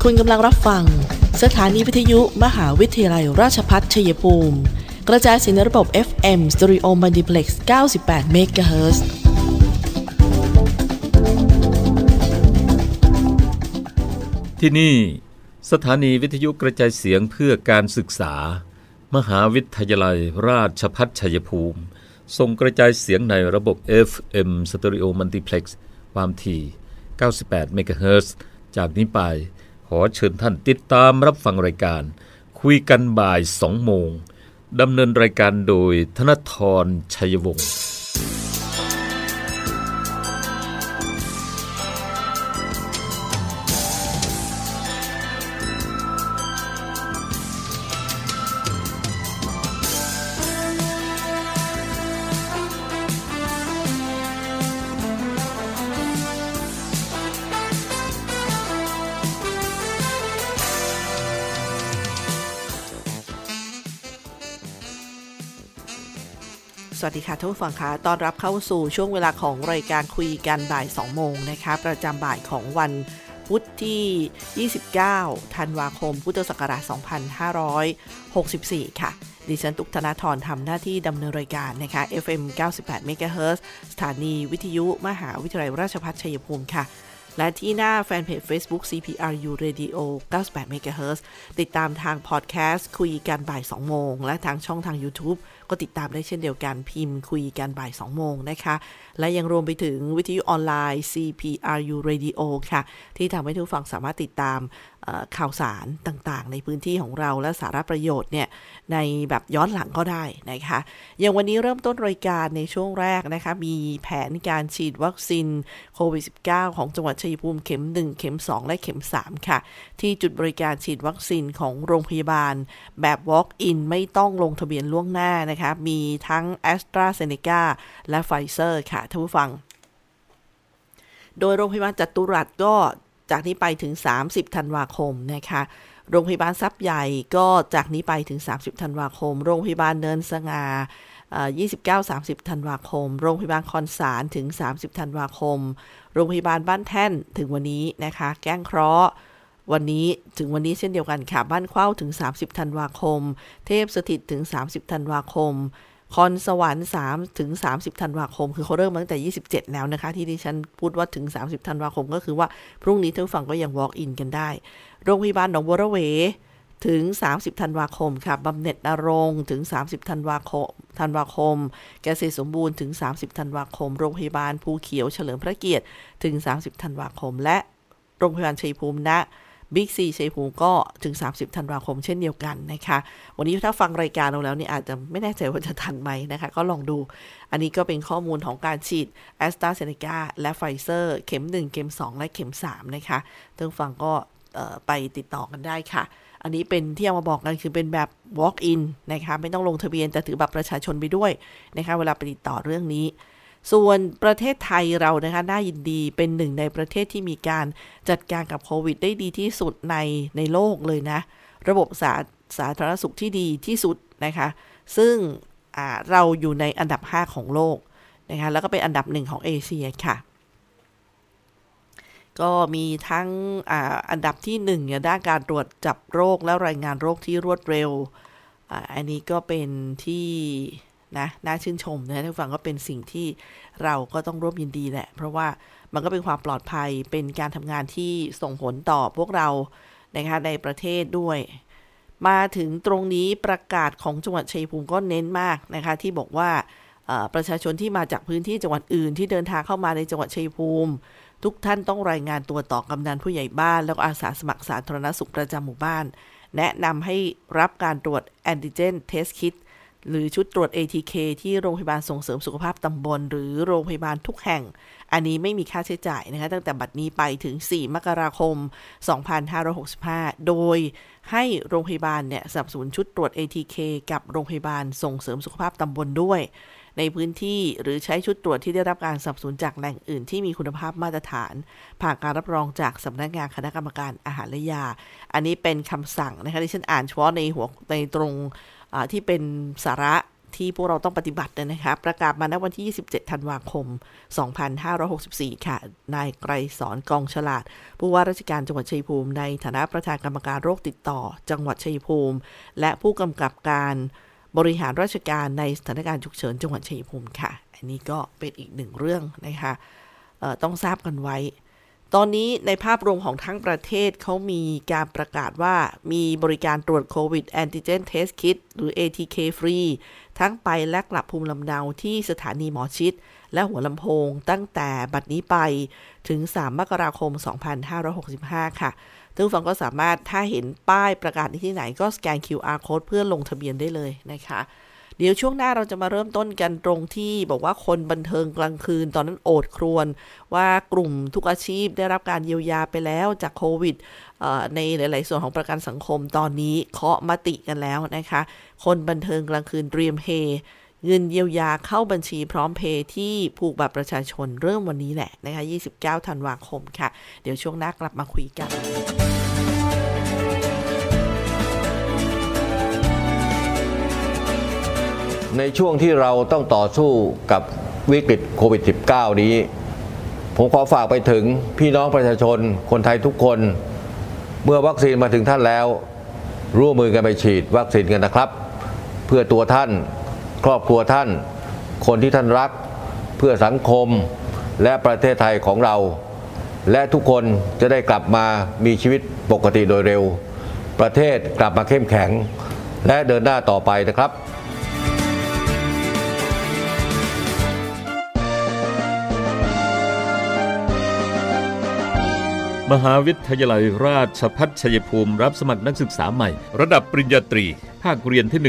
คุณกำลังรับฟังสถานีวิทยุมหาวิทยาลัยราชภัฏชัยภูมิกระจายเสียงในระบบ FM Stereo Multiplex 98 MHz ที่นี่สถานีวิทยุกระจายเสียงเพื่อการศึกษามหาวิทยาลัยราชภัฏชัยภูมิส่งกระจายเสียงในระบบ FM Stereo Multiplex ความถี่98 MHz จากนี้ไปขอเชิญท่านติดตามรับฟังรายการคุยกันบ่าย 2 โมงดำเนินรายการโดยธนธร ชัยวงศ์สวัสดีค่ะท่านผู้ฟังคะต้อนรับเข้าสู่ช่วงเวลาของรายการคุยกันบ่าย 2 โมงนะคะประจำบ่ายของวันพุธที่ 29 ธันวาคม พุทธศักราช 2564 ค่ะดิฉันตุ๊กธนธรทำหน้าที่ดำเนินรายการนะคะ FM 98 MHz สถานีวิทยุมหาวิทยาลัยราชภัฏชัยภูมิค่ะและที่หน้าแฟนเพจ Facebook CPRU Radio 98 MHz ติดตามทางพอดแคสต์คุยกันบ่าย 2 โมงและทางช่องทาง YouTube ก็ติดตามได้เช่นเดียวกันพิมพ์คุยกันบ่าย 2 โมงนะคะและยังรวมไปถึงวิทยุออนไลน์ CPRU Radio ค่ะที่ทำให้ทุกฝั่งสามารถติดตามข่าวสารต่างๆในพื้นที่ของเราและสาระประโยชน์เนี่ยในแบบย้อนหลังก็ได้นะคะอย่างวันนี้เริ่มต้นรายการในช่วงแรกนะคะมีแผนการฉีดวัคซีนโควิด -19 ของจังหวัดชัยภูมิเข็ม 1 เข็ม 2 และเข็ม 3 ค่ะที่จุดบริการฉีดวัคซีนของโรงพยาบาลแบบ Walk-in ไม่ต้องลงทะเบียนล่วงหน้านะคะมีทั้ง AstraZeneca และ Pfizer ค่ะท่านผู้ฟังโดยโรงพยาบาลจตุรัสก็จากนี้ไปถึง30ธันวาคมนะคะโรงพยาบาลทรัพย์ใหญ่ก็จากนี้ไปถึง30ธันวาคมโรงพยาบาลเนินสง่า29-30ธันวาคมโรงพยาบาลคอนสารถึง30ธันวาคมโรงพยาบาลบ้านแท่นถึงวันนี้นะคะแก้งเคราะห์วันนี้ถึงวันนี้เช่นเดียวกันค่ะบ้านเข้าถึง30ธันวาคมเทพสถิตถึง30ธันวาคมคอนสวรรค์3ถึง30ธันวาคมคือเขาเริ่มมาตั้งแต่27แล้วนะคะที่ดิฉันพูดว่าถึง30ธันวาคมก็คือว่าพรุ่งนี้ท่านผู้ฟังก็ยัง walk in กันได้โรงพยาบาลหนองบัวระเวถึง30ธันวาคมค่ะบำเหน็จนรงค์ถึง30ธันวาคมเกษตรสมบูรณ์ถึง30ธันวาคมโรงพยาบาลภูเขียวเฉลิมพระเกียรติถึง30ธันวาคมและโรงพยาบาลชัยภูมิณบิ๊กซีชัยภูมิก็ถึง30ธันวาคมเช่นเดียวกันนะคะวันนี้ถ้าฟังรายการเราแล้วนี่อาจจะไม่แน่ใจว่าจะทันไหมนะคะก็ลองดูอันนี้ก็เป็นข้อมูลของการฉีด AstraZeneca และ Pfizer เข็ม 1 เข็ม 2 และเข็ม 3 นะคะท่านฟังก็ไปติดต่อกันได้ค่ะอันนี้เป็นที่เอามาบอกกันคือเป็นแบบ walk in นะคะไม่ต้องลงทะเบียนแต่ถือบัตรประชาชนไปด้วยนะคะเวลาไปติดต่อเรื่องนี้ส่วนประเทศไทยเรานะคะน่ายินดีเป็นหนึ่งในประเทศที่มีการจัดการกับโควิดได้ดีที่สุดในโลกเลยนะระบบสาธารณสุขที่ดีที่สุดนะคะซึ่งเราอยู่ในอันดับ5ของโลกนะคะแล้วก็เป็นอันดับ1ของเอเชียค่ะก็มีทั้งอันดับที่1เนี่ยด้านการตรวจจับโรคและรายงานโรคที่รวดเร็วอันนี้ก็เป็นที่นะน่าชื่นชมนะท่านฟังก็เป็นสิ่งที่เราก็ต้องร่วมยินดีแหละเพราะว่ามันก็เป็นความปลอดภัยเป็นการทำงานที่ส่งผลต่อพวกเรานะคะในประเทศด้วยมาถึงตรงนี้ประกาศของจังหวัดชัยภูมิก็เน้นมากนะคะที่บอกว่าประชาชนที่มาจากพื้นที่จังหวัดอื่นที่เดินทางเข้ามาในจังหวัดชัยภูมิทุกท่านต้องรายงานตัวต่อกำนันผู้ใหญ่บ้านแล้วก็อาสาสมัครสาธารณสุขประจำหมู่บ้านแนะนำให้รับการตรวจแอนติเจนเทสคิทหรือชุดตรวจ ATK ที่โรงพยาบาลส่งเสริมสุขภาพตำบลหรือโรงพยาบาลทุกแห่งอันนี้ไม่มีค่าใช้จ่ายนะคะตั้งแต่บัดนี้ไปถึง4มกราคม2565โดยให้โรงพยาบาลเนี่ยสนับสนุนชุดตรวจ ATK กับโรงพยาบาลส่งเสริมสุขภาพตำบลด้วยในพื้นที่หรือใช้ชุดตรวจที่ได้รับการสนับสนุนจากแหล่งอื่นที่มีคุณภาพมาตรฐานผ่านการรับรองจากสำนักงานคณะกรรมการอาหารและยาอันนี้เป็นคำสั่งนะคะที่ฉันอ่านเฉพาะในตรงที่เป็นสาระที่พวกเราต้องปฏิบัตินะคะประกาศมาณวันที่27ธันวาคม2564ค่ะนายไกรสอนกองฉลาดผู้ว่าราชการจังหวัดชัยภูมิในฐานะประธานกรรมการโรคติดต่อจังหวัดชัยภูมิและผู้กำกับการบริหารราชการในสถานการณ์ฉุกเฉินจังหวัดชัยภูมิค่ะอันนี้ก็เป็นอีกหนึ่งเรื่องนะคะต้องทราบกันไว้ตอนนี้ในภาพรวมของทั้งประเทศเขามีการประกาศว่ามีบริการตรวจโควิดแอนติเจนเทสคิทหรือ ATK ฟรีทั้งไปและกลับภูมิลำเนาที่สถานีหมอชิตและหัวลำโพงตั้งแต่บัดนี้ไปถึง3มกราคม2565ค่ะทุกฝั่งก็สามารถถ้าเห็นป้ายประกาศที่ไหนก็สแกน QR Code เพื่อลงทะเบียนได้เลยนะคะเดี๋ยวช่วงหน้าเราจะมาเริ่มต้นกันตรงที่บอกว่าคนบันเทิงกลางคืนตอนนั้นโอดครวญว่ากลุ่มทุกอาชีพได้รับการเยียวยาไปแล้วจากโควิดในหลายๆส่วนของประกันสังคมตอนนี้เคาะมติกันแล้วนะคะคนบันเทิงกลางคืนเตรียมเฮเงินเยียวยาเข้าบัญชีพร้อมเพย์ที่ผูกบัตรประชาชนเริ่มวันนี้แหละนะคะ29ธันวาคมค่ะเดี๋ยวช่วงหน้ากลับมาคุยกันในช่วงที่เราต้องต่อสู้กับวิกฤตโควิด -19 นี้ผมขอฝากไปถึงพี่น้องประชาชนคนไทยทุกคนเมื่อวัคซีนมาถึงท่านแล้วร่วมมือกันไปฉีดวัคซีนกันนะครับเพื่อตัวท่านครอบครัวท่านคนที่ท่านรักเพื่อสังคมและประเทศไทยของเราและทุกคนจะได้กลับมามีชีวิตปกติโดยเร็วประเทศกลับมาเข้มแข็งและเดินหน้าต่อไปนะครับมหาวิทยาลัยราชภัฏชัยภูมิรับสมัครนักศึกษาใหม่ระดับปริญญาตรีภาคเรียนที่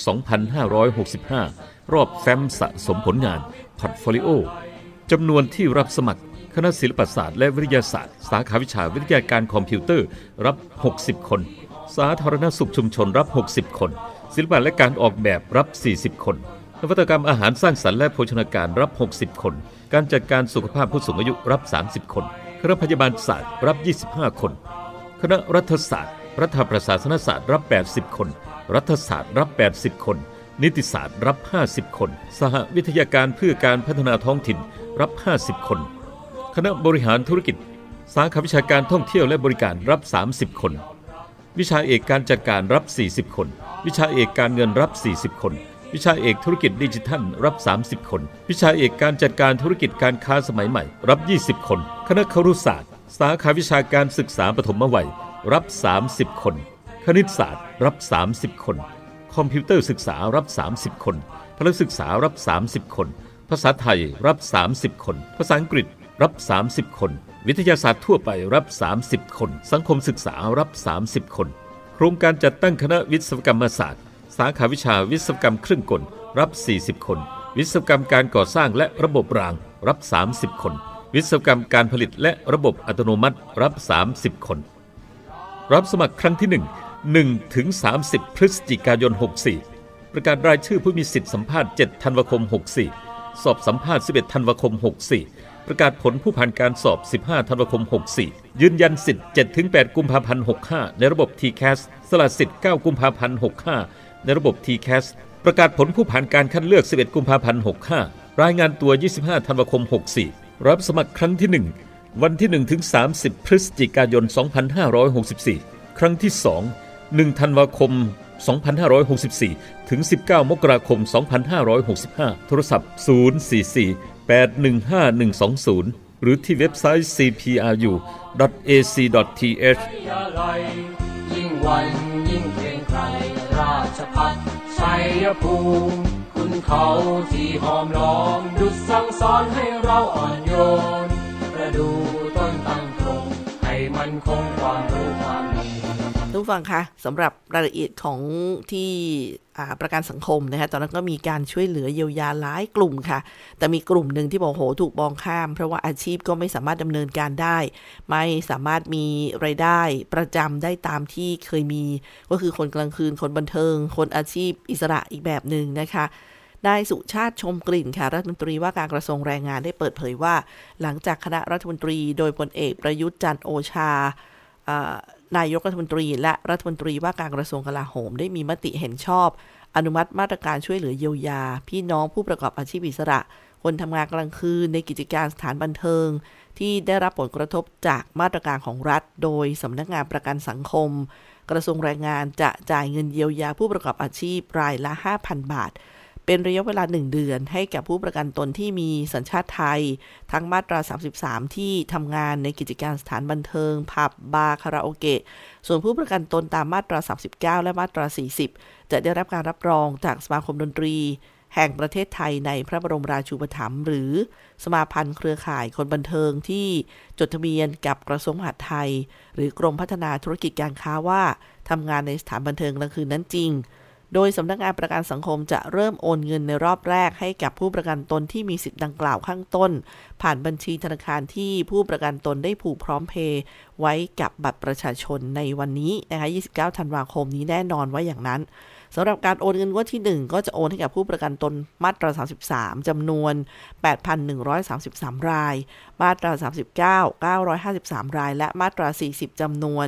1/2565 รอบแฟ้มสะสมผลงานพอร์ตโฟลิโอจำนวนที่รับสมัครคณะศิลปศาสตร์และวิทยาศาสตร์สาขาวิชาวิทยาการคอมพิวเตอร์รับ60คนสาธารณสุขชุมชนรับ60คนศิลปะและการออกแบบรับ40คนนวัตกรรมอาหารสร้างสรรค์และโภชนาการรับ60คนการจัดการสุขภาพผู้สูงอายุรับ30คนคณะพยาบาลศาสตร์รับ25คนคณะรัฐศาสตร์รัฐประศาสนศาสตร์รับ80คนรัฐศาสตร์รับ80คนนิติศาสตร์รับ50คนสหวิทยาการเพื่อการพัฒนาท้องถิ่นรับ50คนคณะบริหารธุรกิจสาขาวิชาการท่องเที่ยวและบริการรับ30คนวิชาเอกการจัดการรับ40คนวิชาเอกการเงินรับ40คนวิชาเอกธุรกิจดิจิทัลรับ30คนวิชาเอกการจัดการธุรกิจการค้าสมัยใหม่รับ20คนคณะครุศาสตร์สาขาวิชาการศึกษาปฐมวัยรับ30คนคณิตศาสตร์รับ30คนคอมพิวเตอร์ศึกษารับ30คนพละศึกษารับ30คนภาษาไทยรับ30คนภาษาอังกฤษรับ30คนวิทยาศาสตร์ทั่วไปรับ30คนสังคมศึกษารับ30คนโครงการจัดตั้งคณะวิศวกรรมศาสตร์สาขาวิชาวิศวกรรมเครื่องกลรับ40คนวิศวกรรมการก่อสร้างและระบบรางรับ30คนวิศวกรรมการผลิตและระบบอัตโนมัติรับ30คนรับสมัครครั้งที่1ถึง30พฤศจิกายน64ประกาศรายชื่อผู้มีสิทธิสัมภาษณ์7ธันวาคม64สอบสัมภาษณ์11ธันวาคม64ประกาศผลผู้ผ่านการสอบ15ธันวาคม64ยืนยันสิทธิ์ 7-8 กุมภาพันธ์65ในระบบ TCAS สละสิทธิ์9กุมภาพันธ์65ในระบบ TCAS ประกาศผลผู้ผ่านการคัดเลือก11กุมภาพันธ์65รายงานตัว25ธันวาคม64รับสมัครครั้งที่1วันที่1ถึง30พฤศจิกายน2564ครั้งที่2 1ธันวาคม2564ถึง19มกราคม2565โทรศัพท์044815120หรือที่เว็บไซต์ cpru.ac.th ยิ่งวันยิ่งเกรียงไกรราชภัฏชัยภูมิคุณเขาที่หอมล้อมดุจสั่งสอนให้เราอ่อนโยนประดูต้นตั้งตรงให้มันคงความรู้ความดีทุกฟังคะสำหรับรายละเอียดของที่ประกันสังคมนะคะตอนนั้นก็มีการช่วยเหลือเยียวยาหลายกลุ่มค่ะแต่มีกลุ่มหนึ่งที่บอกโหถูกมองข้ามเพราะว่าอาชีพก็ไม่สามารถดำเนินการได้ไม่สามารถมีรายได้ประจำได้ตามที่เคยมีก็คือคนกลางคืนคนบันเทิงคนอาชีพอิสระอีกแบบนึงนะคะนายสุชาติชมกลิ่นค่ะรัฐมนตรีว่าการกระทรวงแรงงานได้เปิดเผยว่าหลังจากคณะรัฐมนตรีโดยพลเอกประยุทธ์จันทร์โอชานายกรัฐมนตรีและรัฐมนตรีว่าการกระทรวงกลาโหมได้มีมติเห็นชอบอนุมัติมาตรการช่วยเหลือเยียวยาพี่น้องผู้ประกอบอาชีพอิสระคนทำงานกลางคืนในกิจการสถานบันเทิงที่ได้รับผลกระทบจากมาตรการของรัฐโดยสำนักงานประกันสังคมกระทรวงแรงงานจะจ่ายเงินเยียวยาผู้ประกอบอาชีพรายละ 5,000 บาทเป็นระยะเวลา1เดือนให้กับผู้ประกันตนที่มีสัญชาติไทยทั้งมาตรา33ที่ทำงานในกิจการสถานบันเทิงผับบาร์คาราโอเกะส่วนผู้ประกันตนตามมาตรา39และมาตรา40จะได้รับการรับรองจากสมาคมดนตรีแห่งประเทศไทยในพระบรมราชูปถัมภ์หรือสมาพันธ์เครือข่ายคนบันเทิงที่จดทะเบียนกับกระทรวงมหาดไทยหรือกรมพัฒนาธุรกิจการค้าว่าทำงานในสถานบันเทิงกลางคืนนั้นจริงโดยสำนักงานประกันสังคมจะเริ่มโอนเงินในรอบแรกให้กับผู้ประกันตนที่มีสิทธิ์ดังกล่าวข้างต้นผ่านบัญชีธนาคารที่ผู้ประกันตนได้ผูกพร้อมเพย์ไว้กับบัตรประชาชนในวันนี้นะคะ29 ธันวาคมนี้แน่นอนว่าอย่างนั้นสำหรับการโอนเงินงวดที่1ก็จะโอนให้กับผู้ประกันตนมาตรา33จำนวน 8,133 รายมาตรา39 953 รายและมาตรา40จำนวน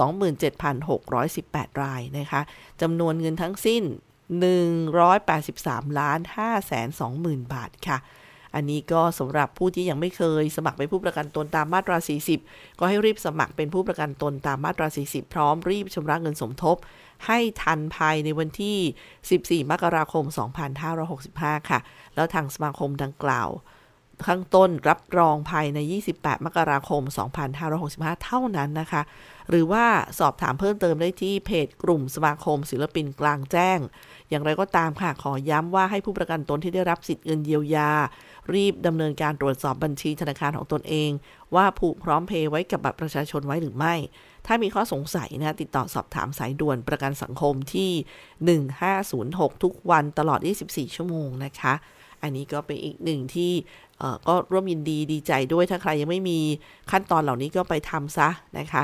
27,618 รายนะคะจำนวนเงินทั้งสิ้น 183,520,000 บาทค่ะอันนี้ก็สำหรับผู้ที่ยังไม่เคยสมัครเป็นผู้ประกันตนตามมาตรา40ก็ให้รีบสมัครเป็นผู้ประกันตนตามมาตรา40พร้อมรีบชำระเงินสมทบให้ทันภายในวันที่14 มกราคม 2565 ค่ะแล้วทางสมาคมดังกล่าวข้างต้นรับรองภายใน28 มกราคม 2565 เท่านั้นนะคะหรือว่าสอบถามเพิ่มเติมได้ที่เพจกลุ่มสมาคมศิลปินกลางแจ้งอย่างไรก็ตามค่ะขอย้ำว่าให้ผู้ประกันตนที่ได้รับสิทธิ์เงินเยียวยารีบดำเนินการตรวจสอบบัญชีธนาคารของตนเองว่าผูกพร้อมเพย์ไว้กับบัตรประชาชนไว้หรือไม่ถ้ามีข้อสงสัยนะติดต่อสอบถามสายด่วนประกันสังคมที่1506ทุกวันตลอด24ชั่วโมงนะคะอันนี้ก็เป็นอีกหนึ่งที่ก็ร่วมยินดีดีใจด้วยถ้าใครยังไม่มีขั้นตอนเหล่านี้ก็ไปทำซะนะคะ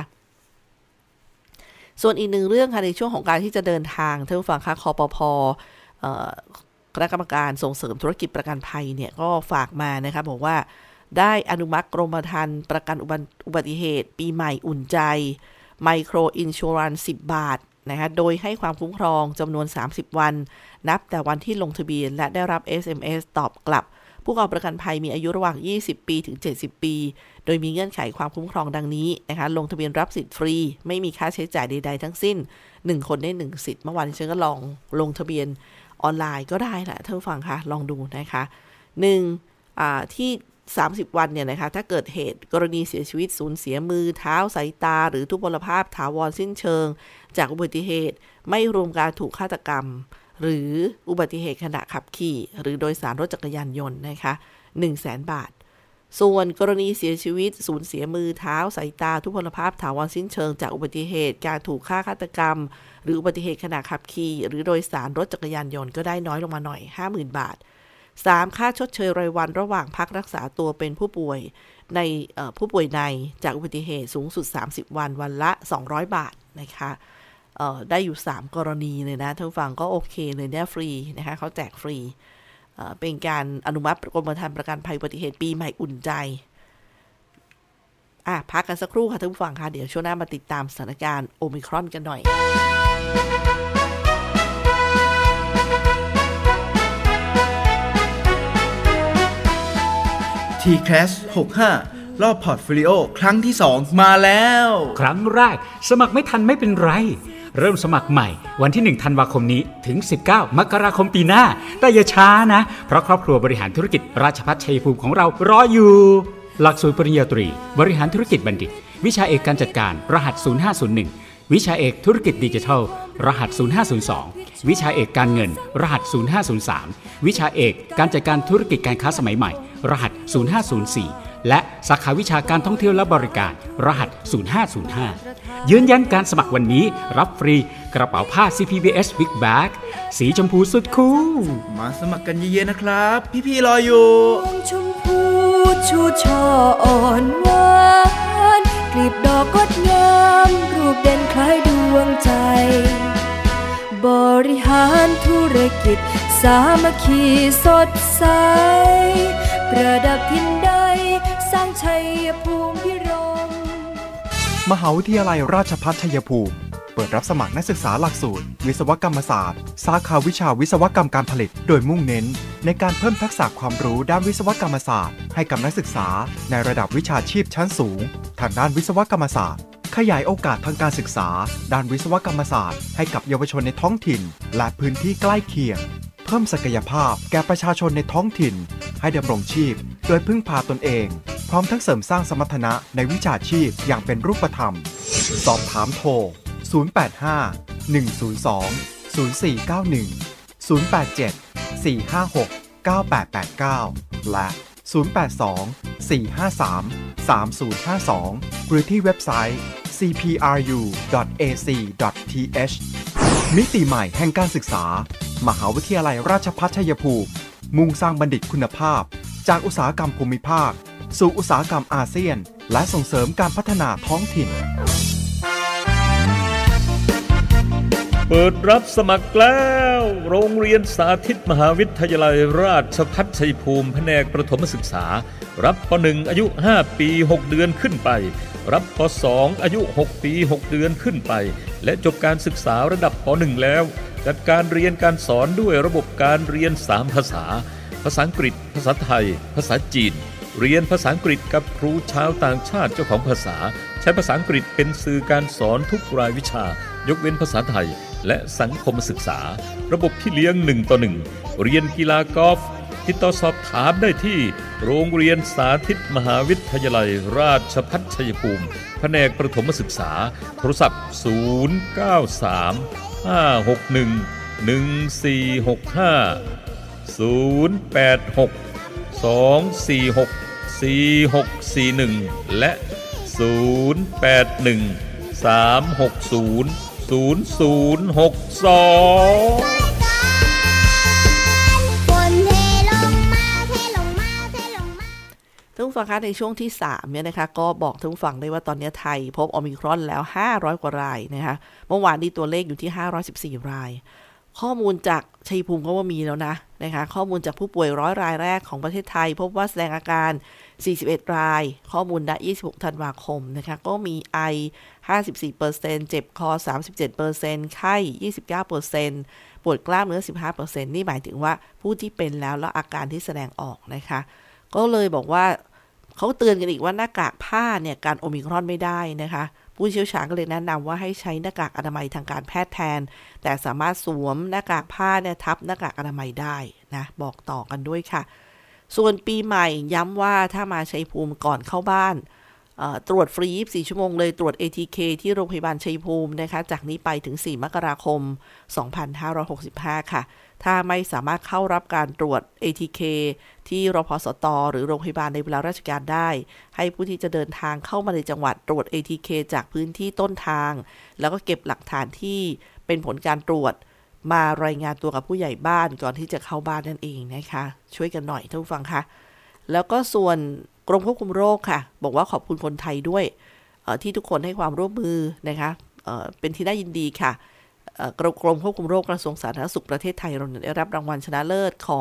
ส่วนอีกหนึ่งเรื่องค่ะในช่วงของการที่จะเดินทางท่านผู้ฟังคะคปภ.คณะกรรมการส่งเสริมธุรกิจประกันภัยเนี่ยก็ฝากมานะคะบอกว่าได้อนุมัติกรมธรรม์ประกันอุบัติเหตุปีใหม่อุ่นใจไมโครอินชัวรันซ์10 บาทนะคะโดยให้ความคุ้มครองจำนวน30วันนับแต่วันที่ลงทะเบียนและได้รับ SMS ตอบกลับผู้ประกอบประกันภัยมีอายุระหว่าง20 ปีถึง70 ปีโดยมีเงื่อนไขความคุ้มครองดังนี้นะคะลงทะเบียนรับสิทธิ์ฟรีไม่มีค่าใช้จ่ายใดๆทั้งสิ้น1คนได้1สิทธิ์เมื่อวานฉันก็ลองลงทะเบียนออนไลน์ก็ได้แหละท่านผู้ฟังคะลองดูนะคะ1ที่30 วันเนี่ยนะคะถ้าเกิดเหตุกรณีเสียชีวิตสูญเสียมือเท้าสายตาหรือทุพพลภาพถาวรสิ้นเชิงจากอุบัติเหตุไม่รวมการถูกฆาตกรรมหรืออุบัติเหตุขณะขับขี่หรือโดยสารรถจักรยานยนต์นะคะ 100,000 บาทส่วนกรณีเสียชีวิตสูญเสียมือเท้าสายตาทุพพลภาพถาวรสิ้นเชิงจากอุบัติเหตุการถูกฆ่าฆาตกรรมหรืออุบัติเหตุขณะขับขี่หรือโดยสารรถจักรยานยนต์ก็ได้น้อยลงมาหน่อย 50,000 บาท3ค่าชดเชยรายวันระหว่างพักรักษาตัวเป็นผู้ป่วยในผู้ป่วยในจากอุบัติเหตุสูงสุด30 วันวันละ200 บาทนะคะได้อยู่3กรณีเลยนะท่านฟังก็โอเคเลยเนี่ยฟรีนะคะเขาแจกฟรีเป็นการอนุมัติกรมธรรม์ประกันภัยอุบัติเหตุปีใหม่อุ่นใจพักกันสักครู่ค่ะท่านผู้ฟังค่ะเดี๋ยวช่วงหน้ามาติดตามสถานการณ์โอมิครอนกันหน่อย T-Class 65 รอบพอร์ตโฟลิโอครั้งที่2มาแล้วครั้งแรกสมัครไม่ทันไม่เป็นไรเริ่มสมัครใหม่วันที่1 ธันวาคมนี้ถึง19 มกราคมปีหน้าแต่อย่าช้านะเพราะครอบครัวบริหารธุรกิจราชภัฏชัยภูมิของเรารออยู่หลักสูตรปริญญาตรีบริหารธุรกิจบัณฑิตวิชาเอกการจัดการรหัส0501วิชาเอกธุรกิจดิจิทัลรหัส0502วิชาเอกการเงินรหัส0503วิชาเอกการจัดการธุรกิจการค้าสมัยใหม่รหัส0504และสาขาวิชาการท่องเที่ยวและบริการรหัส0505ยืนยันการสมัครวันนี้รับฟรีกระเป๋าผ้า CPBS Big Bag สีชมพูสุดคูลมาสมัครกันเยอะๆนะครับพี่ๆรออยู่ชมพูชูช่ออ่อนหวานกลีบดอกงดงามรูปเด่นคล้ายดวงใจบริหารธุรกิจสามัคคีสดใสประดับทินใดสร้างชัยภูมิพิรมมหาวิทยาลัยราชภัฏชัยภูมิเปิดรับสมัครนักศึกษาหลักสูตรวิศวกรรมศาสตร์สาขาวิชาวิศวกรรมการผลิตโดยมุ่งเน้นในการเพิ่มทักษะความรู้ด้านวิศวกรรมศาสตร์ให้กับนักศึกษาในระดับวิชาชีพชั้นสูงทางด้านวิศวกรรมศาสตร์ขยายโอกาสทางการศึกษาด้านวิศวกรรมศาสตร์ให้กับเยาวชนในท้องถิ่นและพื้นที่ใกล้เคียงเพิ่มศักยภาพแก่ประชาชนในท้องถิ่นให้ดำรงชีพโดยพึ่งพาตนเองพร้อมทั้งเสริมสร้างสมรรถนะในวิชาชีพอย่างเป็นรูปธรรมสอบถามโทร085-102-0491 087-456-9889 และ 082-453-3052 หรือที่เว็บไซต์ cpru.ac.th มิติใหม่แห่งการศึกษามหาวิทยาลัยราชภัฏชัยภูมิมุ่งสร้างบัณฑิตคุณภาพจากอุตสาหกรรมภูมิภาคสู่อุตสาหกรรมอาเซียนและส่งเสริมการพัฒนาท้องถิ่นเปิดรับสมัครแล้วโรงเรียนสาธิตมหาวิทยาลัยราชภัฏชัยภูมิแผนกประถมศึกษารับป.1 อายุ5ปี6เดือนขึ้นไปรับป.2 อายุ6ปี6เดือนขึ้นไปและจบการศึกษาระดับป.1 แล้วจัดการเรียนการสอนด้วยระบบการเรียน3ภาษาภาษาอังกฤษภาษาไทยภาษาจีนเรียนภาษาอังกฤษกับครูชาวต่างชาติเจ้าของภาษาใช้ภาษาอังกฤษเป็นสื่อการสอนทุกรายวิชายกเว้นภาษาไทยและสังคมศึกษาระบบพี่เลี้ยง1:1เรียนกีฬากอล์ฟติดต่อสอบถามได้ที่โรงเรียนสาธิตมหาวิทยาลัยราชภัฏชัยภูมิแผนกประถมศึกษาโทรศัพท์093-561-146-086-246-4641และ081-360-0062 ท่านผู้ฟังคะในช่วงที่3เนี่ยนะคะก็บอกท่านผู้ฟังได้ว่าตอนนี้ไทยพบโอมิครอนแล้ว500กว่ารายนะคะเมื่อวานนี้ตัวเลขอยู่ที่514รายข้อมูลจากชัยภูมิก็ว่ามีแล้วนะคะข้อมูลจากผู้ป่วย100รายแรกของประเทศไทยพบว่าแสดงอาการ41รายข้อมูลณ26ธันวาคมนะคะก็มีไอ 54% เจ็บคอ 37% ไข้ 29% ปวดกล้ามเนื้อ 15% นี่หมายถึงว่าผู้ที่เป็นแล้วอาการที่แสดงออกนะคะก็เลยบอกว่าเขาเตือนกันอีกว่าหน้ากากผ้าเนี่ยการโอมิครอนไม่ได้นะคะผู้เชี่ยวชาญก็เลยแนะนำว่าให้ใช้หน้ากากอนามัยทางการแพทย์แทนแต่สามารถสวมหน้ากากผ้าเนี่ยทับหน้ากากอนามัยได้นะบอกต่อกันด้วยค่ะส่วนปีใหม่ย้ำว่าถ้ามาชัยภูมิก่อนเข้าบ้านตรวจฟรี24ชั่วโมงเลยตรวจ ATK ที่โรงพยาบาลชัยภูมินะคะจากนี้ไปถึง4มกราคม2565ค่ะถ้าไม่สามารถเข้ารับการตรวจ ATK ที่รพสตหรือโรงพยาบาลในเวลาราชการได้ให้ผู้ที่จะเดินทางเข้ามาในจังหวัดตรวจ ATK จากพื้นที่ต้นทางแล้วก็เก็บหลักฐานที่เป็นผลการตรวจมารายงานตัวกับผู้ใหญ่บ้านก่อนที่จะเข้าบ้านนั่นเองนะคะช่วยกันหน่อยท่านผู้ฟังคะแล้วก็ส่วนกรมควบคุมโรคค่ะบอกว่าขอบคุณคนไทยด้วยที่ทุกคนให้ความร่วมมือนะคะเป็นที่น่ายินดีค่ะกรมควบคุมโรคกระทรวงสาธารณสุขประเทศไทยเราได้รับรางวัลชนะเลิศของ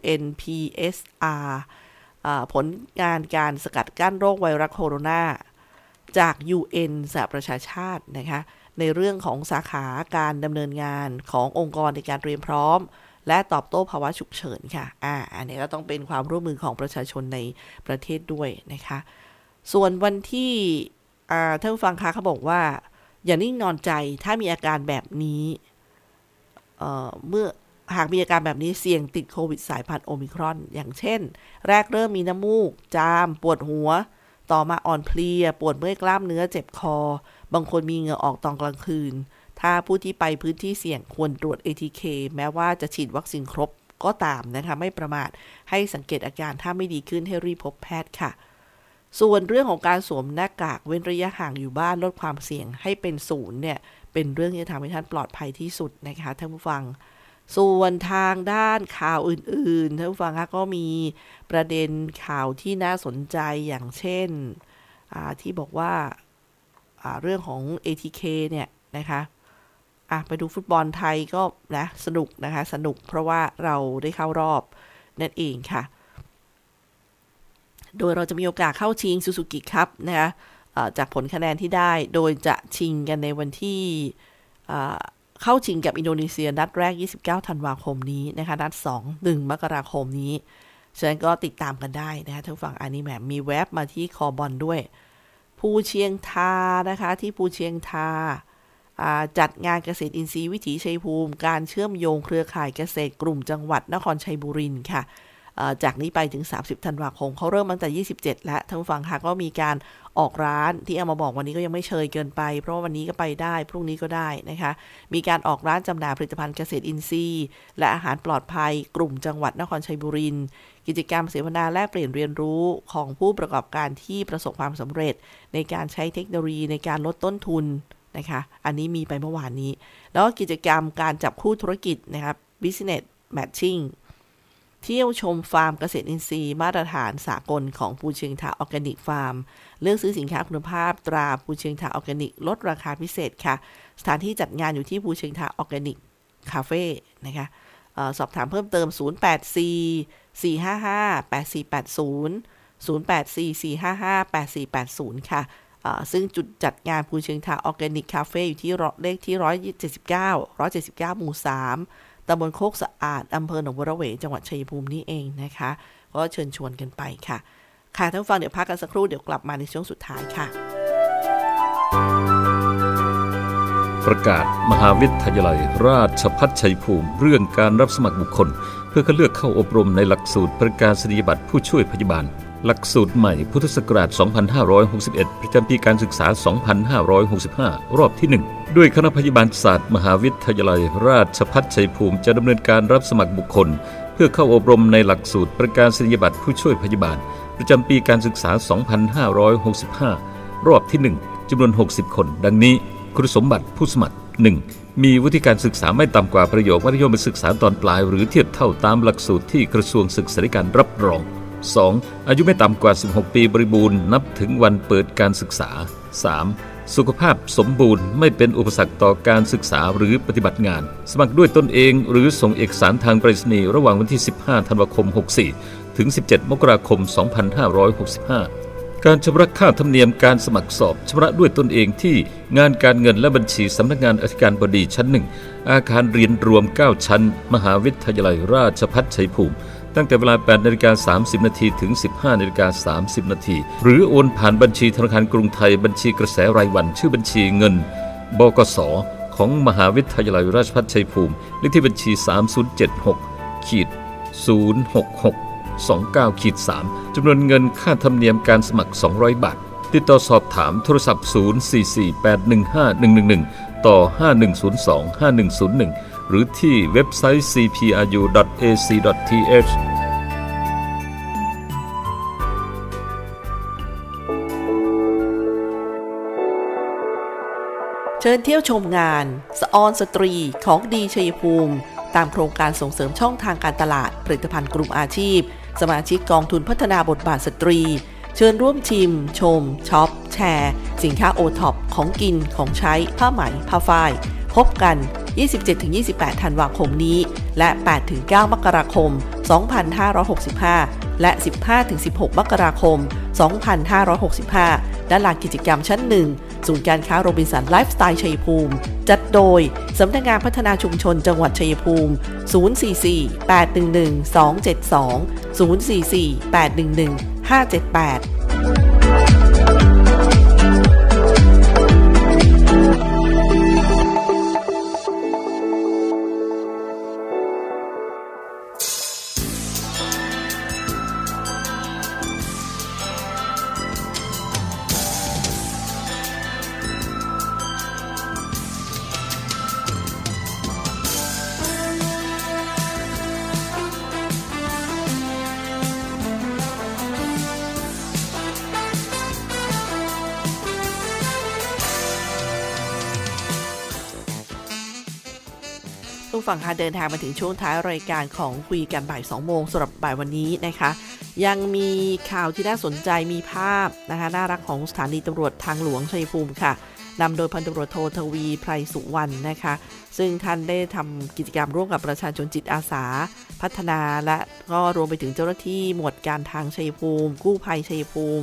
UNPSR ผลงานการสกัดกั้นโรคไวรัสโคโรนาจาก UN สหประชาชาตินะคะในเรื่องของสาขาการดำเนินงานขององค์กรในการเตรียมพร้อมและตอบโต้ภาวะฉุกเฉินค่ะอันนี้ก็ต้องเป็นความร่วมมือของประชาชนในประเทศด้วยนะคะส่วนวันที่ท่านผู้ฟังคะเขาบอกว่าอย่านิ่งนอนใจถ้ามีอาการแบบนี้เมื่อหากมีอาการแบบนี้เสี่ยงติดโควิดสายพันธุ์โอมิครอนอย่างเช่นแรกเริ่มมีน้ำมูกจามปวดหัวต่อมาอ่อนเพลียปวดเมื่อยกล้ามเนื้อเจ็บคอบางคนมีเหงื่อออกตอนกลางคืนถ้าผู้ที่ไปพื้นที่เสี่ยงควรตรวจ ATK แม้ว่าจะฉีดวัคซีนครบก็ตามนะคะไม่ประมาทให้สังเกตอาการถ้าไม่ดีขึ้นให้รีบพบแพทย์ค่ะส่วนเรื่องของการสวมหน้ากากเว้นระยะห่างอยู่บ้านลดความเสี่ยงให้เป็น0เนี่ยเป็นเรื่องที่ทำให้ท่านปลอดภัยที่สุดนะคะท่านผู้ฟังส่วนทางด้านข่าวอื่นๆท่านผู้ฟังคะก็มีประเด็นข่าวที่น่าสนใจอย่างเช่นที่บอกว่าเรื่องของ ATK เนี่ยนะคะไปดูฟุตบอลไทยก็นะสนุกนะคะสนุกเพราะว่าเราได้เข้ารอบนั่นเองค่ะโดยเราจะมีโอกาสเข้าชิงซูซูกิคัพนะคะจากผลคะแนนที่ได้โดยจะชิงกันในวันที่เข้าชิงกับอินโดนีเซียนัดแรก29ธันวาคมนี้นะคะนัด1 มกราคมนี้ฉะนั้นก็ติดตามกันได้นะคะทางฝั่งอันนี้แหมมีแวบมาที่คอบอลด้วยภูเชียงทานะคะที่ภูเชียงทาจัดงานเกษตรอินทรีย์วิถีชัยภูมิการเชื่อมโยงเครือข่ายเกษตรกลุ่มจังหวัดนครชัยบุรีค่ะจากนี้ไปถึง30ธันวาคมเขาเริ่มตั้งแต่27แล้วทางฝั่งค่ะก็มีการออกร้านที่เอามาบอกวันนี้ก็ยังไม่เชยเกินไปเพราะว่าวันนี้ก็ไปได้พรุ่งนี้ก็ได้นะคะมีการออกร้านจำหน่ายผลิตภัณฑ์เกษตรอินทรีย์และอาหารปลอดภัยกลุ่มจังหวัดนครชัยบุรีกิจกรรมเสวนาแลกเปลี่ยนเรียนรู้ของผู้ประกอบการที่ประสบความสำเร็จในการใช้เทคโนโลยีในการลดต้นทุนนะคะอันนี้มีไปเมื่อวานนี้แล้วก็กิจกรรมการจับคู่ธุรกิจนะครับ Business Matching เที่ยวชมฟาร์มเกษตรอินทรีย์มาตรฐานสากลของภูเชียงทาออร์แกนิกฟาร์มเลือกซื้อสินค้าคุณภาพตราภูเชียงทาออร์แกนิกลดราคาพิเศษค่ะสถานที่จัดงานอยู่ที่ภูเชียงทาออร์แกนิกคาเฟ่นะคะสอบถามเพิ่มเติม084-455-8480 ค่ะซึ่งจุดจัดงานภูเชียงทาออร์แกนิกคาเฟ่อยู่ที่เลขที่179หมู่3ตำบลโคกสะอาดอำเภอหนองบัวระเวจังหวัดชัยภูมินี่เองนะคะก็เชิญชวนกันไปค่ะค่ะท่านฟังเดี๋ยวพักกันสักครู่เดี๋ยวกลับมาในช่วงสุดท้ายค่ะประกาศมหาวิทยาลัยราชภัฏชัยภูมิเรื่องการรับสมัครบุคคลเพื่อคัดเลือกเข้าอบรมในหลักสูตรประกาศนียบัตรผู้ช่วยพยาบาลหลักสูตรใหม่พุทธศักราช 2561 ประจำปีการศึกษา 2565 รอบที่ 1 ด้วยคณะพยาบาลศาสตร์มหาวิทยาลัยราชภัฏชัยภูมิจะดำเนินการรับสมัครบุคคลเพื่อเข้าอบรมในหลักสูตรประกาศนียบัตรผู้ช่วยพยาบาลประจำปีการศึกษา 2565 รอบที่ 1 จำนวน 60 คนดังนี้คุณสมบัติผู้สมัคร 1. มีวุฒิการศึกษาไม่ต่ำกว่าประโยคมัธยมศึกษาตอนปลายหรือเทียบเท่าตามหลักสูตรที่กระทรวงศึกษาธิการรับรอง 2. อายุไม่ต่ำกว่า16ปีบริบูรณ์นับถึงวันเปิดการศึกษา 3. สุขภาพสมบูรณ์ไม่เป็นอุปสรรคต่อการศึกษาหรือปฏิบัติงานสมัครด้วยตนเองหรือส่งเอกสารทางไปรษณีย์ระหว่างวันที่15ธันวาคม64ถึง17มกราคม2565การชำระค่าธรรมเนียมการสมัครสอบชำระด้วยตนเองที่งานการเงินและบัญชีสำนักงานอธิการบดีชั้น1อาคารเรียนรวม9ชั้นมหาวิทยาลัยราชภัฏชัยภูมิตั้งแต่เวลา 8:30 น.ถึง 15:30 น.หรือโอนผ่านบัญชีธนาคารกรุงไทยบัญชีกระแสรายวันชื่อบัญชีเงินบกส.ของมหาวิทยาลัยราชภัฏชัยภูมิเลขที่บัญชี 3076-06629-3 จำนวนเงินค่าธรรมเนียมการสมัคร200 บาทติดต่อสอบถามโทรศัพท์ 044811111 ต่อ 5102-5101 หรือที่เว็บไซต์ cpru.ac.th เชิญเที่ยวชมงานสะออนสตรีของดีชัยภูมิตามโครงการส่งเสริมช่องทางการตลาดผลิตภัณฑ์กลุ่มอาชีพสมาชิกกองทุนพัฒนาบทบาทสตรีเชิญร่วมชิมชมช็อปแชร์สินค้าโอท็อปของกินของใช้ผ้าไหมผ้าฝ้ายพบกัน 27-28 ธันวาคมนี้และ 8-9 มกราคม 2565 และ 15-16 มกราคม 2565 ด้านหลังกิจกรรมชั้น 1 ศูนย์การค้าโรบินสันไลฟ์สไตล์ชัยภูมิจัดโดยสำนักงานพัฒนาชุมชนจังหวัดชัยภูมิ 044-811-272 044-811-578ผู้ฟังคะเดินทางมาถึงช่วงท้ายรายการของคุยกันบ่าย 2 โมงสำหรับบ่ายวันนี้นะคะยังมีข่าวที่น่าสนใจมีภาพนะคะน่ารักของสถานีตำรวจทางหลวงชัยภูมิค่ะนำโดยพันตำรวจโททวีไพรสุวรรณนะคะซึ่งท่านได้ทำกิจกรรมร่วมกับประชาชนจิตอาสาพัฒนาและก็รวมไปถึงเจ้าหน้าที่หมวดการทางชัยภูมิกู้ภัยชัยภูมิ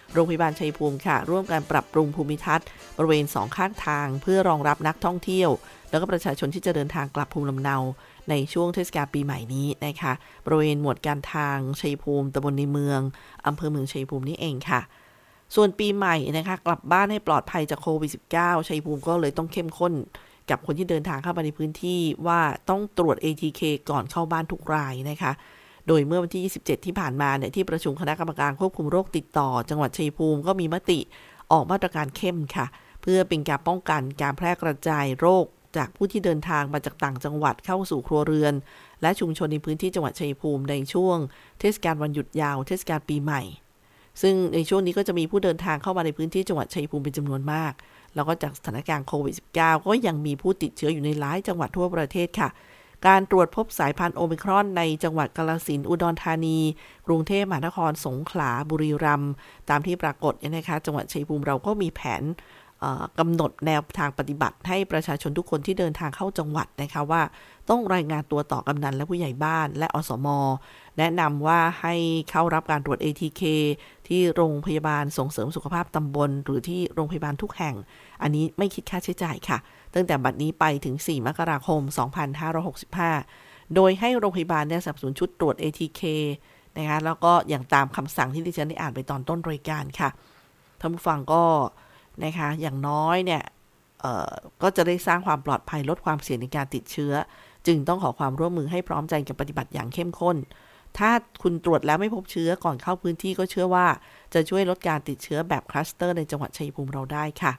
โรงพยาบาลชัยภูมิค่ะร่วมการปรับปรุงภูมิทัศน์บริเวณ2ข้างทางเพื่อรองรับนักท่องเที่ยวแล้วก็ประชาชนที่จะเดินทางกลับภูมิลำเนาในช่วงเทศกาลปีใหม่นี้นะคะบริเวณหมวดการทางชัยภูมิตำบลในเมืองอำเภอเมืองชัยภูมินี่เองค่ะส่วนปีใหม่นะคะกลับบ้านให้ปลอดภัยจากโควิด -19 ชัยภูมิก็เลยต้องเข้มข้นกับคนที่เดินทางเข้ามาในพื้นที่ว่าต้องตรวจ ATK ก่อนเข้าบ้านทุกรายนะคะโดยเมื่อวันที่27ที่ผ่านมาเนี่ยที่ประชุมคณะกรรมการควบคุมโรคติดต่อจังหวัดชัยภูมิก็มีมติออกมาตรการเข้มค่ะเพื่อเป็นการป้องกันการแพร่กระจายโรคจากผู้ที่เดินทางมาจากต่างจังหวัดเข้าสู่ครัวเรือนและชุมชนในพื้นที่จังหวัดชัยภูมิในช่วงเทศกาลวันหยุดยาวเทศกาลปีใหม่ซึ่งในช่วงนี้ก็จะมีผู้เดินทางเข้ามาในพื้นที่จังหวัดชัยภูมิเป็นจำนวนมากแล้วก็จากสถานการณ์โควิด -19 ก็ยังมีผู้ติดเชื้ออยู่ในหลายจังหวัดทั่วประเทศค่ะการตรวจพบสายพันธุ์โอมิครอนในจังหวัดกาฬสินธุ์อุดรธานีกรุงเทพมหานครสงขลาบุรีรัมย์ตามที่ปรากฏนะคะจังหวัดชัยภูมิเราก็มีแผนกำหนดแนวทางปฏิบัติให้ประชาชนทุกคนที่เดินทางเข้าจังหวัดนะคะว่าต้องรายงานตัวต่อกำนันและผู้ใหญ่บ้านและอสม.แนะนำว่าให้เข้ารับการตรวจ ATK ที่โรงพยาบาลส่งเสริมสุขภาพตำบลหรือที่โรงพยาบาลทุกแห่งอันนี้ไม่คิดค่าใช้จ่ายค่ะตั้งแต่บัดนี้ไปถึง4มกราคม2565โดยให้โรงพยาบาลเนี่ยสนับสนุนชุดตรวจ ATK นะคะแล้วก็อย่างตามคำสั่งที่ดิฉันได้อ่านไปตอนต้นรายการค่ะท่านผู้ฟังก็นะคะอย่างน้อยเนี่ยก็จะได้สร้างความปลอดภัยลดความเสี่ยงในการติดเชื้อจึงต้องขอความร่วมมือให้พร้อมใจกันปฏิบัติอย่างเข้มข้นถ้าคุณตรวจแล้วไม่พบเชื้อก่อนเข้าพื้นที่ก็เชื่อว่าจะช่วยลดการติดเชื้อแบบคลัสเตอร์ในจังหวัดชัยภูมิเราได้ค่ะ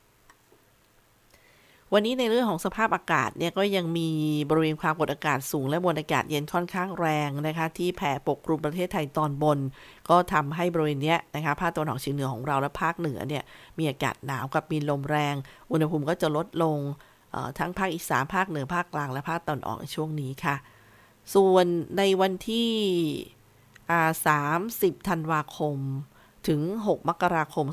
วันนี้ในเรื่องของสภาพอากาศเนี่ยก็ยังมีบริเวณความกดอากาศสูงและมวลอากาศเย็นค่อนข้างแรงนะคะที่แผ่ปกคลุมประเทศไทยตอนบนก็ทำให้บริเวณนี้นะคะภาคตะวันออกเฉียงเหนือของเราและภาคเหนือเนี่ยมีอากาศหนาวกับมีลมแรงอุณหภูมิก็จะลดลงทั้งภาคอีสานภาคเหนือภาคกลางและภาคตะวันออกในช่วงนี้ค่ะส่วนในวันที่30ธันวาคมถึง6มกราคม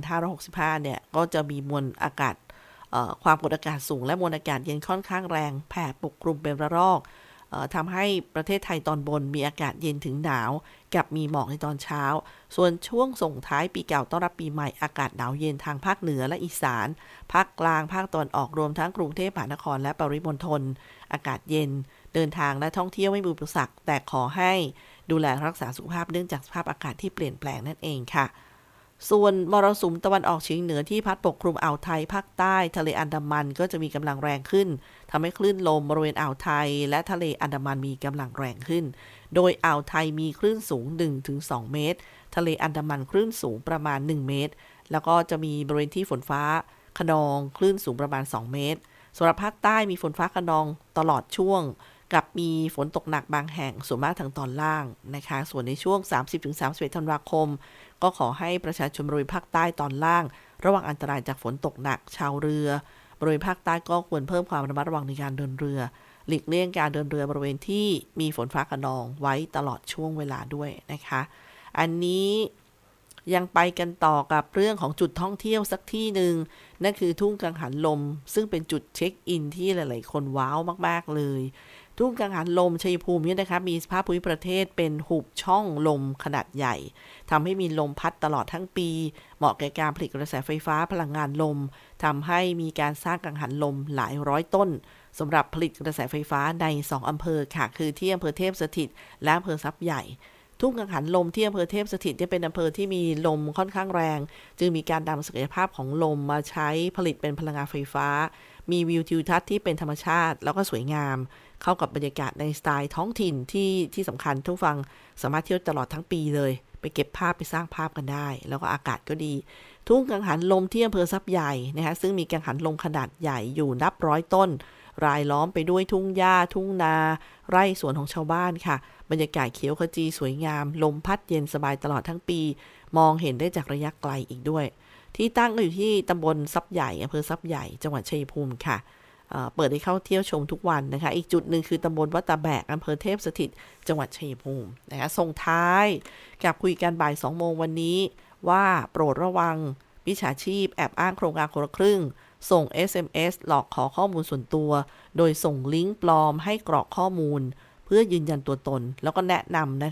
2565เนี่ยก็จะมีมวลอากาศความกดอากาศสูงและมวลอากาศเย็นค่อนข้างแรงแผ่ปกคลุมเป็นระลอกทำให้ประเทศไทยตอนบนมีอากาศเย็นถึงหนาวกับมีหมอกในตอนเช้าส่วนช่วงส่งท้ายปีเก่าต้อนรับปีใหม่อากาศหนาวเย็นทางภาคเหนือและอีสานภาคกลางภาคตะวันออกรวมทั้งกรุงเทพมหานครและปริมณฑลอากาศเย็นเดินทางและท่องเที่ยวไม่มีอุปสรรคแต่ขอให้ดูแลรักษาสุขภาพเนื่องจากสภาพอากาศที่เปลี่ยนแปลงนั่นเองค่ะส่วนมรสุมตะวันออกเฉียงเหนือที่พัดปกคลุมอ่าวไทยภาคใต้ทะเลอันดามันก็จะมีกำลังแรงขึ้นทำให้คลื่นลมบริเวณอ่าวไทยและทะเลอันดามันมีกำลังแรงขึ้นโดยอ่าวไทยมีคลื่นสูง 1-2 เมตรทะเลอันดามันคลื่นสูงประมาณ1เมตรแล้วก็จะมีบริเวณที่ฝนฟ้าคะนองคลื่นสูงประมาณ2เมตรสำหรับภาคใต้มีฝนฟ้าคะนองตลอดช่วงกับมีฝนตกหนักบางแห่งส่วนมากทางตอนล่างนะคะส่วนในช่วง 30-31 ธันวาคมก็ขอให้ประชาชนบริเวณภาคใต้ตอนล่างระวังอันตรายจากฝนตกหนักชาวเรือบริเวณภาคใต้ก็ควรเพิ่มความระมัดระวังในการเดินเรือหลีกเลี่ยงการเดินเรือบริเวณที่มีฝนฟ้าคะนองไว้ตลอดช่วงเวลาด้วยนะคะอันนี้ยังไปกันต่อกับเรื่องของจุดท่องเที่ยวสักที่หนึ่งนั่นคือทุ่งกังหันลมซึ่งเป็นจุดเช็คอินที่หลายๆคนว้าวมากๆเลยทุ่งกังหันลมชัยภูมิเนี่ยนะคะมีสภาพภูมิประเทศเป็นหุบช่องลมขนาดใหญ่ทำให้มีลมพัดตลอดทั้งปีเหมาะแก่การผลิตกระแสไฟฟ้าพลังงานลมทำให้มีการสร้างกังหันลมหลายร้อยต้นสำหรับผลิตกระแสไฟฟ้าใน2อำเภอค่ะคือที่อำเภอเทพสถิตและอำเภอทรัพย์ใหญ่ทุ่งกังหันลมที่อำเภอเทพสถิตเป็นอำเภอที่มีลมค่อนข้างแรงจึงมีการนำศักยภาพของลมมาใช้ผลิตเป็นพลังงานไฟฟ้ามีวิวทิวทัศน์ที่เป็นธรรมชาติแล้วก็สวยงามเข้ากับบรรยากาศในสไตล์ท้องถิ่นที่สำคัญทุกฟังสามารถเที่ยวตลอดทั้งปีเลยไปเก็บภาพไปสร้างภาพกันได้แล้วก็อากาศก็ดีทุ่งกังหันลมที่อำเภอทรัพย์ใหญ่นะคะซึ่งมีกังหันลมขนาดใหญ่อยู่นับร้อยต้นรายล้อมไปด้วยทุ่งหญ้าทุ่งนาไร่สวนของชาวบ้านค่ะบรรยากาศเขียวขจีสวยงามลมพัดเย็นสบายตลอดทั้งปีมองเห็นได้จากระยะไกลอีกด้วยที่ตั้งอยู่ที่ตำบลทรัพย์ใหญ่อำเภอทรัพย์ใหญ่จังหวัดชัยภูมิค่ะเปิดให้เข้าเที่ยวชมทุกวันนะคะอีกจุดหนึ่งคือตำบลวัดตาแบกอำเภอเทพสถิตจังหวัดชัยภูมินะคะส่งท้ายกับคุยกันบ่าย 2 โมงวันนี้ว่าโปรดระวังมิจฉาชีพแอบอ้างโครงการคนละครึ่งส่ง SMS หลอกขอข้อมูลส่วนตัวโดยส่งลิงก์ปลอมให้กรอกข้อมูลเพื่อยืนยันตัวตนแล้วก็แนะนำนะคะ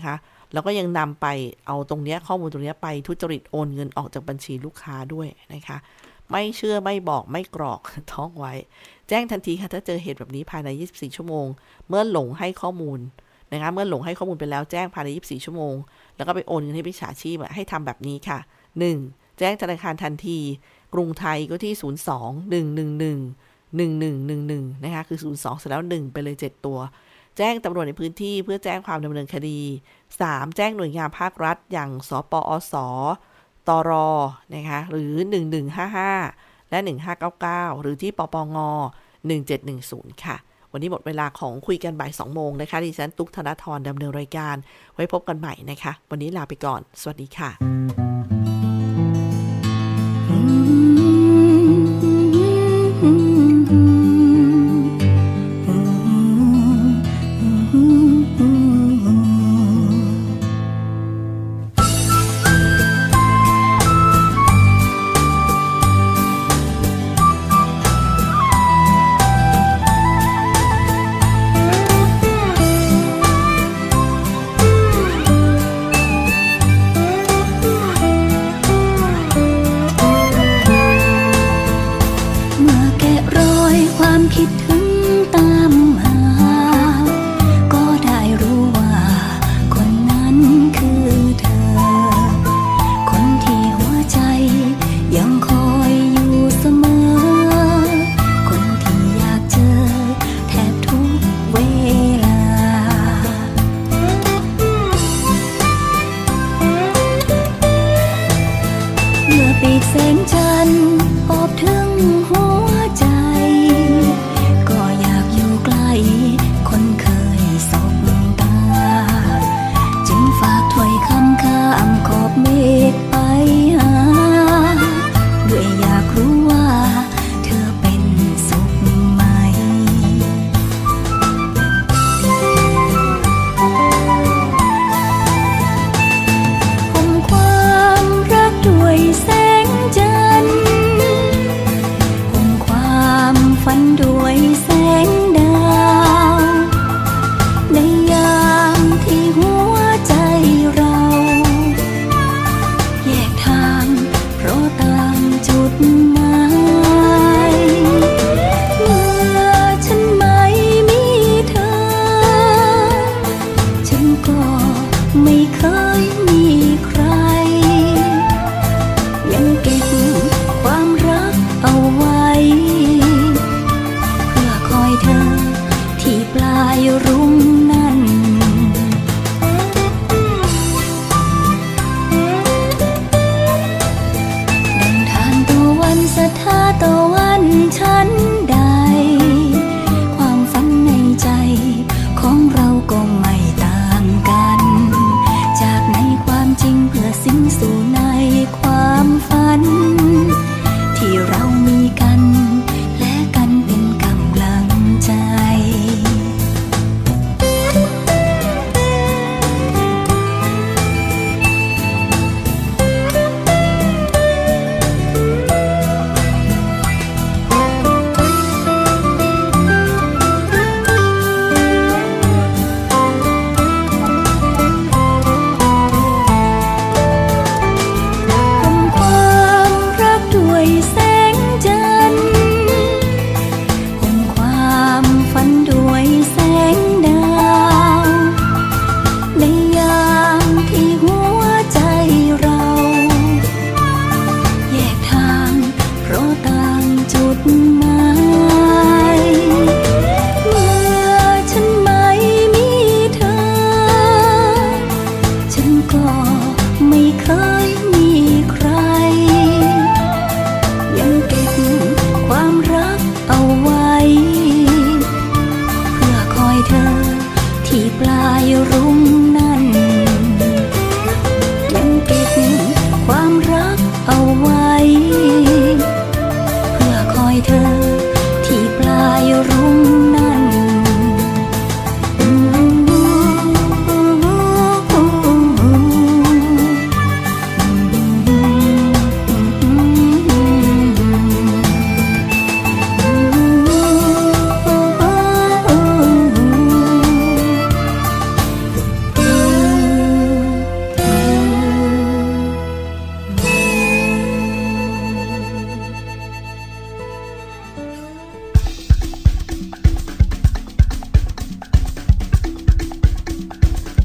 แล้วก็ยังนำไปเอาตรงนี้ข้อมูลตรงนี้ไปทุจริตโอนเงินออกจากบัญชีลูกค้าด้วยนะคะไม่เชื่อไม่บอกไม่กรอกท้องไว้แจ้งทันทีค่ะถ้าเจอเหตุแบบนี้ภายใน24ชั่วโมงเมื่อหลงให้ข้อมูลนะคะเมื่อหลงให้ข้อมูลไปแล้วแจ้งภายใน24ชั่วโมงแล้วก็ไปโอนเงินให้มิจฉาชีพให้ทำแบบนี้ค่ะ 1. แจ้งธนาคารทันทีกรุงไทยก็ที่02-111-1111นะคะคือ02เสร็จแล้ว1ไปเลย7ตัวแจ้งตำรวจในพื้นที่เพื่อแจ้งความดำเนินคดี 3. แจ้งหน่วยงานภาครัฐอย่างสปอสตรนะคะหรือ1155และ1599หรือที่ปปง1710ค่ะวันนี้หมดเวลาของคุยกันบ่าย 2 โมงนะคะดิฉันตุ๊กธนธรดำเนินรายการไว้พบกันใหม่นะคะวันนี้ลาไปก่อนสวัสดีค่ะคิดถึงตามหาก็ได้รู้ว่าคนนั้นคือเธอคนที่หัวใจยังคอยอยู่เสมอคนที่อยากเจอแทบทุกเวลาเมื่อปีกแสงจันทร์โอบถึงหัวใจคนเคยสบตาจึงฝากถ้อยคำข้ามขอบเมฆไปหาด้วยอยากรู้ว่าเธอเป็นสุขไหมห่มความรักด้วยแสงจันทร์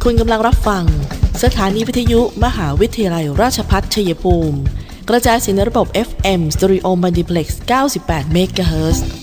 คุณกำลังรับฟังสถานีวิทยุมหาวิทยาลัยราชภัฏชัยภูมิกระจายเสียงในระบบ FM Stereo Multiplex 98 เมกะเฮิรตซ์